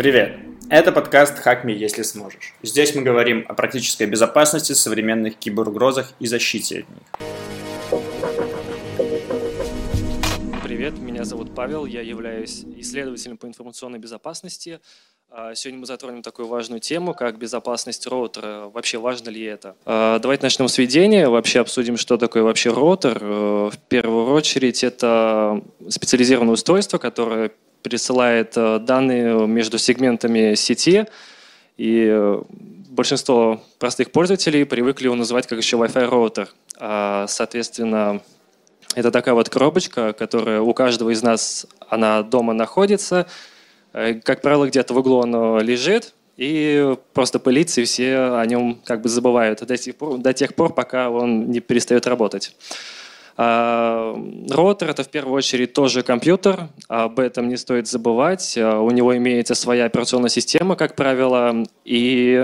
Привет! Это подкаст «Hack Me, если сможешь». Здесь мы говорим о практической безопасности, современных киберугрозах и защите от них. Привет, меня зовут Павел, я являюсь исследователем по информационной безопасности. Сегодня мы затронем такую важную тему, как безопасность роутера. Вообще, важно ли это? Давайте начнем с введения, вообще обсудим, что такое вообще роутер. В первую очередь, это специализированное устройство, которое пересылает данные между сегментами сети, и большинство простых пользователей привыкли его называть как еще Wi-Fi роутер. Соответственно, это такая вот коробочка, которая у каждого из нас, она дома находится. Как правило, где-то в углу оно лежит, и просто пылится, и все о нем как бы забывают до тех пор, пока он не перестает работать. Роутер — это в первую очередь тоже компьютер, об этом не стоит забывать. У него имеется своя операционная система, как правило, и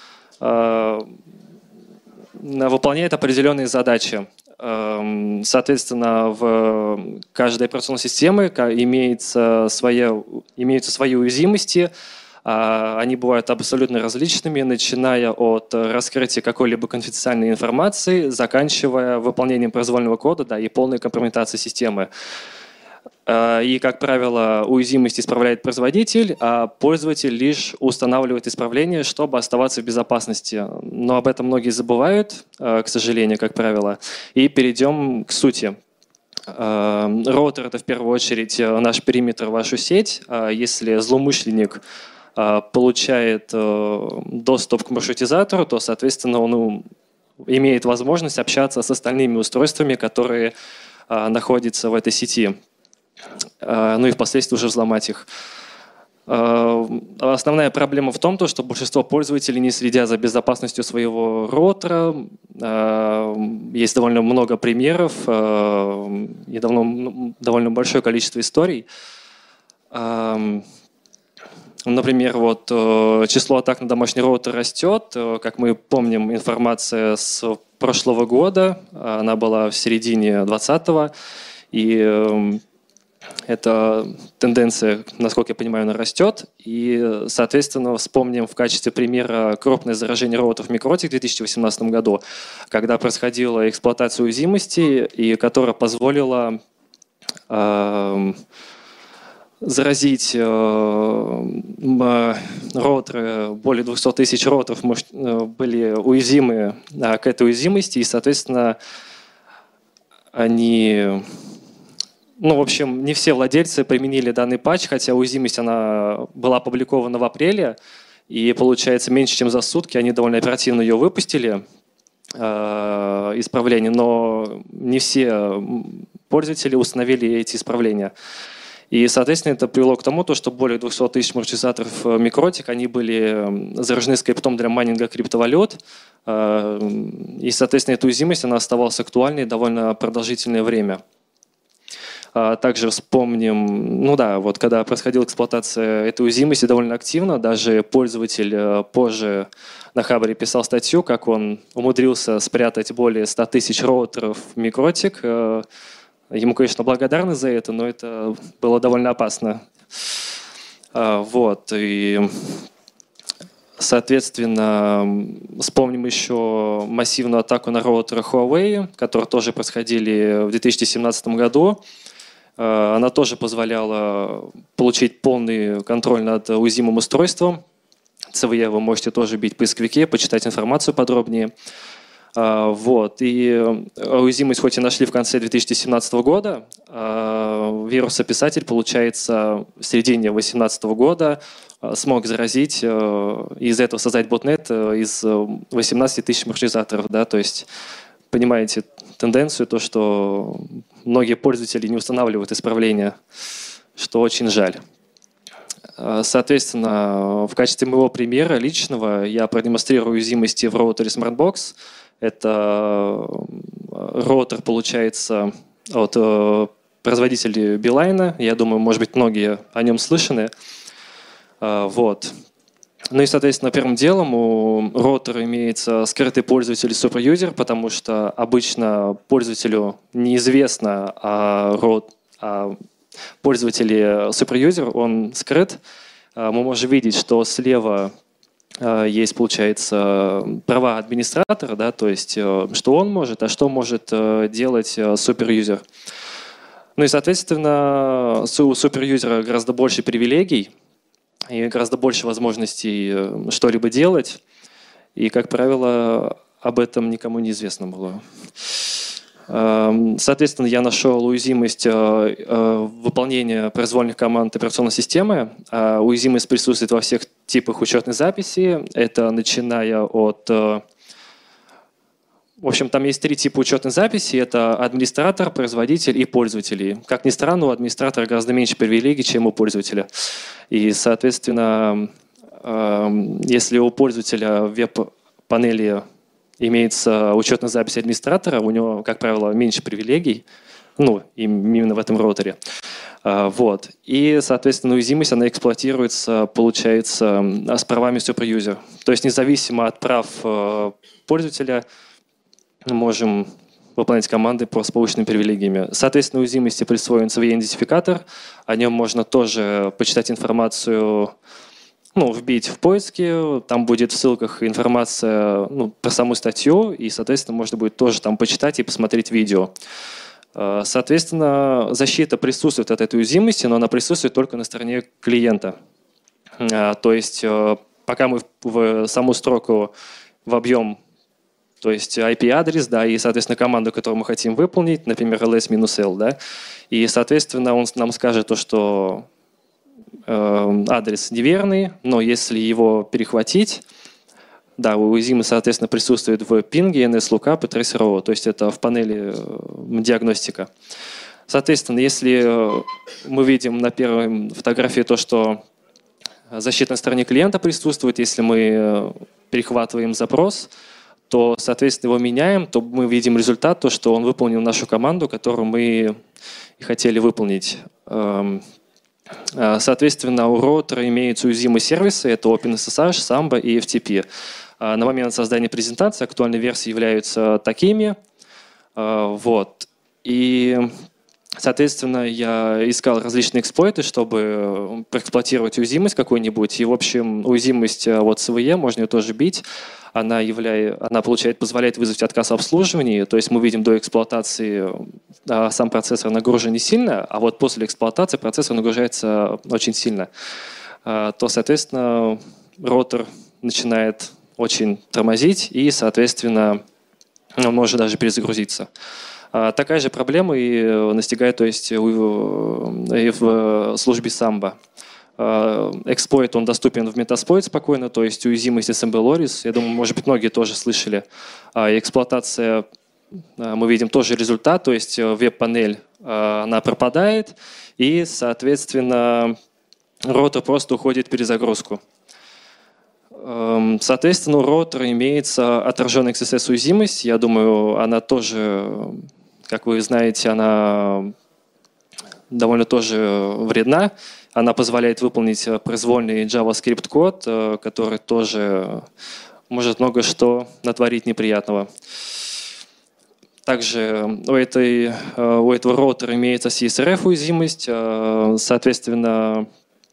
выполняет определенные задачи. Соответственно, в каждой операционной системе имеются свои уязвимости. Они бывают абсолютно различными, начиная от раскрытия какой-либо конфиденциальной информации, заканчивая выполнением произвольного кода, и полной компрометацией системы. И, как правило, уязвимость исправляет производитель, а пользователь лишь устанавливает исправление, чтобы оставаться в безопасности. Но об этом многие забывают, к сожалению, как правило. И перейдем к сути. Роутер — это в первую очередь наш периметр, вашу сеть. Если злоумышленник получает доступ к маршрутизатору, то, соответственно, он имеет возможность общаться с остальными устройствами, которые находятся в этой сети. И впоследствии уже взломать их. Основная проблема в том, что большинство пользователей не следят за безопасностью своего роутера. Есть довольно много примеров и довольно большое количество историй. Например, число атак на домашний роутер растет. Как мы помним, информация с прошлого года, она была в середине 2020-го, и эта тенденция, насколько я понимаю, она растет. И, соответственно, вспомним в качестве примера крупное заражение роутеров Микротик в 2018 году, когда происходила эксплуатация уязвимости, и которая позволила заразить роутеры, более 200 тысяч роутеров были уязвимы к этой уязвимости, и, соответственно, они... не все владельцы применили данный патч, хотя уязвимость она была опубликована в апреле, и, получается, меньше чем за сутки они довольно оперативно ее выпустили, исправления, но не все пользователи установили эти исправления. И, соответственно, это привело к тому, что более 200 тысяч маршрутизаторов Микротик, они были заражены скриптом для майнинга криптовалют, и, соответственно, эта уязвимость она оставалась актуальной довольно продолжительное время. Также вспомним, когда происходила эксплуатация этой уязвимости довольно активно, даже пользователь позже на Хабре писал статью, как он умудрился спрятать более 100 тысяч роутеров Микротик. Ему, конечно, благодарны за это, но это было довольно опасно. И, соответственно, вспомним еще массивную атаку на роутеры Huawei, которые тоже происходили в 2017 году. Она тоже позволяла получить полный контроль над уязвимым устройством. CVE вы можете тоже бить в поисковике, почитать информацию подробнее. И уязвимость хоть и нашли в конце 2017 года, вирусописатель, получается, в середине 2018 года смог заразить и из этого создать ботнет из 18 тысяч маршрутизаторов. То есть, понимаете тенденцию, что многие пользователи не устанавливают исправления, что очень жаль. Соответственно, в качестве моего примера личного я продемонстрирую уязвимости в роутере SmartBox. Это роутер, получается, от производителя Билайна. Я думаю, может быть, многие о нем слышаны. И, соответственно, первым делом у роутера имеется скрытый пользователь суперюзер, потому что обычно пользователю неизвестно о пользователе суперюзер, он скрыт. мы можем видеть, что слева есть, получается, права администратора, да, то есть что он может, а что может делать суперюзер. Ну и, соответственно, у суперюзера гораздо больше привилегий и гораздо больше возможностей что-либо делать. И, как правило, об этом никому не известно было. Соответственно, я нашел уязвимость выполнения произвольных команд операционной системы. Уязвимость присутствует во всех типах учетной записи. Это начиная от... В общем, там есть 3 типа учетной записи. Это администратор, производитель и пользователь. Как ни странно, у администратора гораздо меньше привилегий, чем у пользователя. И, соответственно, если у пользователя в веб-панели имеется учетная запись администратора, у него, как правило, меньше привилегий, ну, именно в этом роутере. Вот. И, соответственно, уязвимость, она эксплуатируется, получается, с правами суперюзера. То есть независимо от прав пользователя мы можем выполнять команды с полученными привилегиями. Соответственно, уязвимости присвоен CVE-идентификатор, о нем можно тоже почитать информацию, ну, вбить в поиске, там будет в ссылках информация, ну, про саму статью, и, соответственно, можно будет тоже там почитать и посмотреть видео. Соответственно, защита присутствует от этой уязвимости, но она присутствует только на стороне клиента. То есть, пока мы в саму строку вобьем, то есть IP-адрес, да, и, соответственно, команду, которую мы хотим выполнить, например, ls-l, да, и, соответственно, он нам скажет то, что адрес неверный, но если его перехватить, да, уязвимость, соответственно, присутствует в пинге, NS-lookup и tracer.ro, то есть это в панели диагностика. Соответственно, если мы видим на первой фотографии то, что защита на стороне клиента присутствует, если мы перехватываем запрос, то, соответственно, его меняем, то мы видим результат, то, что он выполнил нашу команду, которую мы и хотели выполнить. Соответственно, у роутера имеются уязвимые сервисы, это OpenSSH, Samba и FTP. На момент создания презентации актуальные версии являются такими. Вот. И, соответственно, я искал различные эксплойты, чтобы проэксплуатировать уязвимость какую-нибудь. И, в общем, уязвимость от CVE, можно ее тоже бить. Она позволяет вызвать отказ в обслуживании. То есть мы видим до эксплуатации сам процессор нагружен не сильно, а вот после эксплуатации процессор нагружается очень сильно. То, соответственно, роутер начинает очень тормозить и, соответственно, он может даже перезагрузиться. Такая же проблема и настигает, то есть, и в службе Samba. Эксплойт, он доступен в Metasploit спокойно, то есть уязвимость SMB-Loris. Я думаю, может быть, многие тоже слышали. Эксплуатация, мы видим тоже результат, то есть веб-панель, она пропадает, и, соответственно, роутер просто уходит в перезагрузку. Соответственно, у роутера имеется отраженная XSS-уязвимость. Я думаю, она тоже, как вы знаете, она довольно тоже вредна. Она позволяет выполнить произвольный JavaScript код, который тоже может много что натворить неприятного. Также у этого роутера имеется CSRF-уязвимость. Соответственно,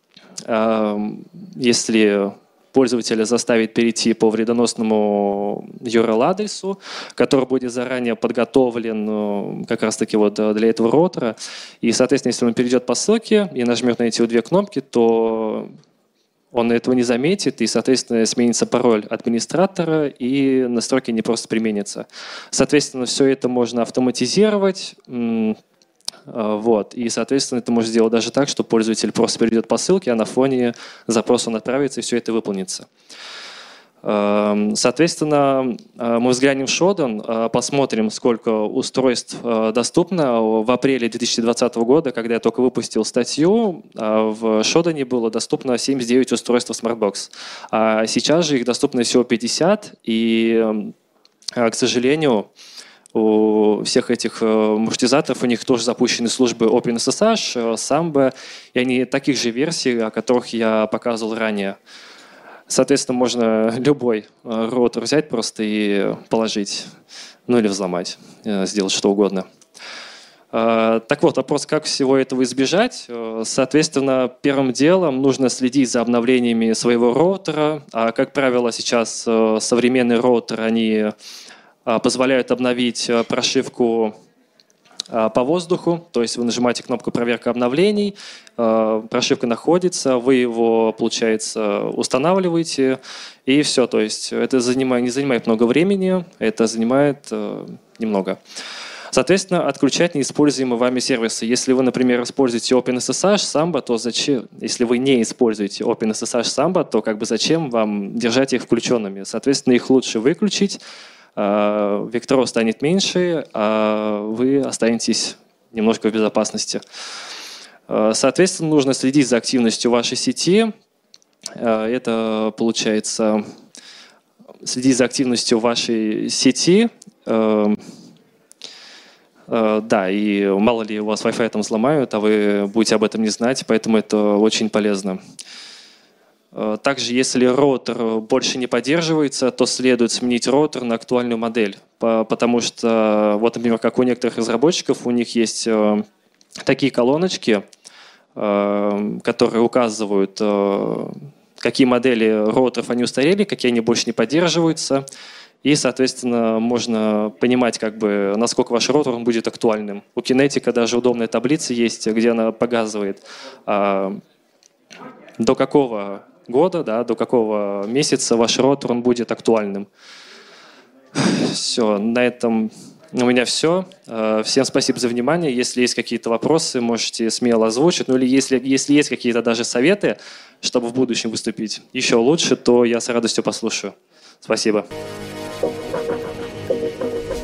если пользователя заставить перейти по вредоносному URL-адресу, который будет заранее подготовлен как раз-таки вот для этого роутера. И, соответственно, если он перейдет по ссылке и нажмет на эти 2 кнопки, то он этого не заметит, и, соответственно, сменится пароль администратора, и настройки не просто применятся. Соответственно, все это можно автоматизировать. Вот. И, соответственно, это можно сделать даже так, что пользователь просто перейдет по ссылке, а на фоне запроса он отправится, и все это выполнится. Соответственно, мы взглянем в Shodan, посмотрим, сколько устройств доступно. В апреле 2020 года, когда я только выпустил статью, в Shodan было доступно 79 устройств Smartbox. А сейчас же их доступно всего 50, и, к сожалению, у всех этих маршрутизаторов у них тоже запущены службы OpenSSH, Samba, и они таких же версий, о которых я показывал ранее. Соответственно, можно любой роутер взять просто и положить, ну или взломать, сделать что угодно. Так вот, вопрос, как всего этого избежать? Соответственно, первым делом нужно следить за обновлениями своего роутера. Как правило, сейчас современные роутеры, они позволяют обновить прошивку по воздуху, то есть вы нажимаете кнопку «Проверка обновлений», прошивка находится, вы его, получается, устанавливаете, и все. То есть это не занимает много времени, это занимает немного. Соответственно, отключать неиспользуемые вами сервисы. Если вы, например, используете OpenSSH, Samba, то зачем? Если вы не используете OpenSSH, Samba, то зачем вам держать их включенными? Соответственно, их лучше выключить, векторов станет меньше, а вы останетесь немножко в безопасности. Соответственно, нужно следить за активностью вашей сети. Это получается следить за активностью вашей сети. Да, и мало ли у вас Wi-Fi там взломают, а вы будете об этом не знать, поэтому это очень полезно. Также, если роутер больше не поддерживается, то следует сменить роутер на актуальную модель, потому что, вот, например, как у некоторых разработчиков, у них есть такие колоночки, которые указывают, какие модели роутеров они устарели, какие они больше не поддерживаются, и, соответственно, можно понимать, насколько ваш роутер будет актуальным. У Kinetic даже удобная таблица есть, где она показывает, до какого года, до какого месяца ваш роутер будет актуальным. Все, на этом у меня все. Всем спасибо за внимание. Если есть какие-то вопросы, можете смело озвучить. Ну или если есть какие-то даже советы, чтобы в будущем выступить еще лучше, то я с радостью послушаю. Спасибо.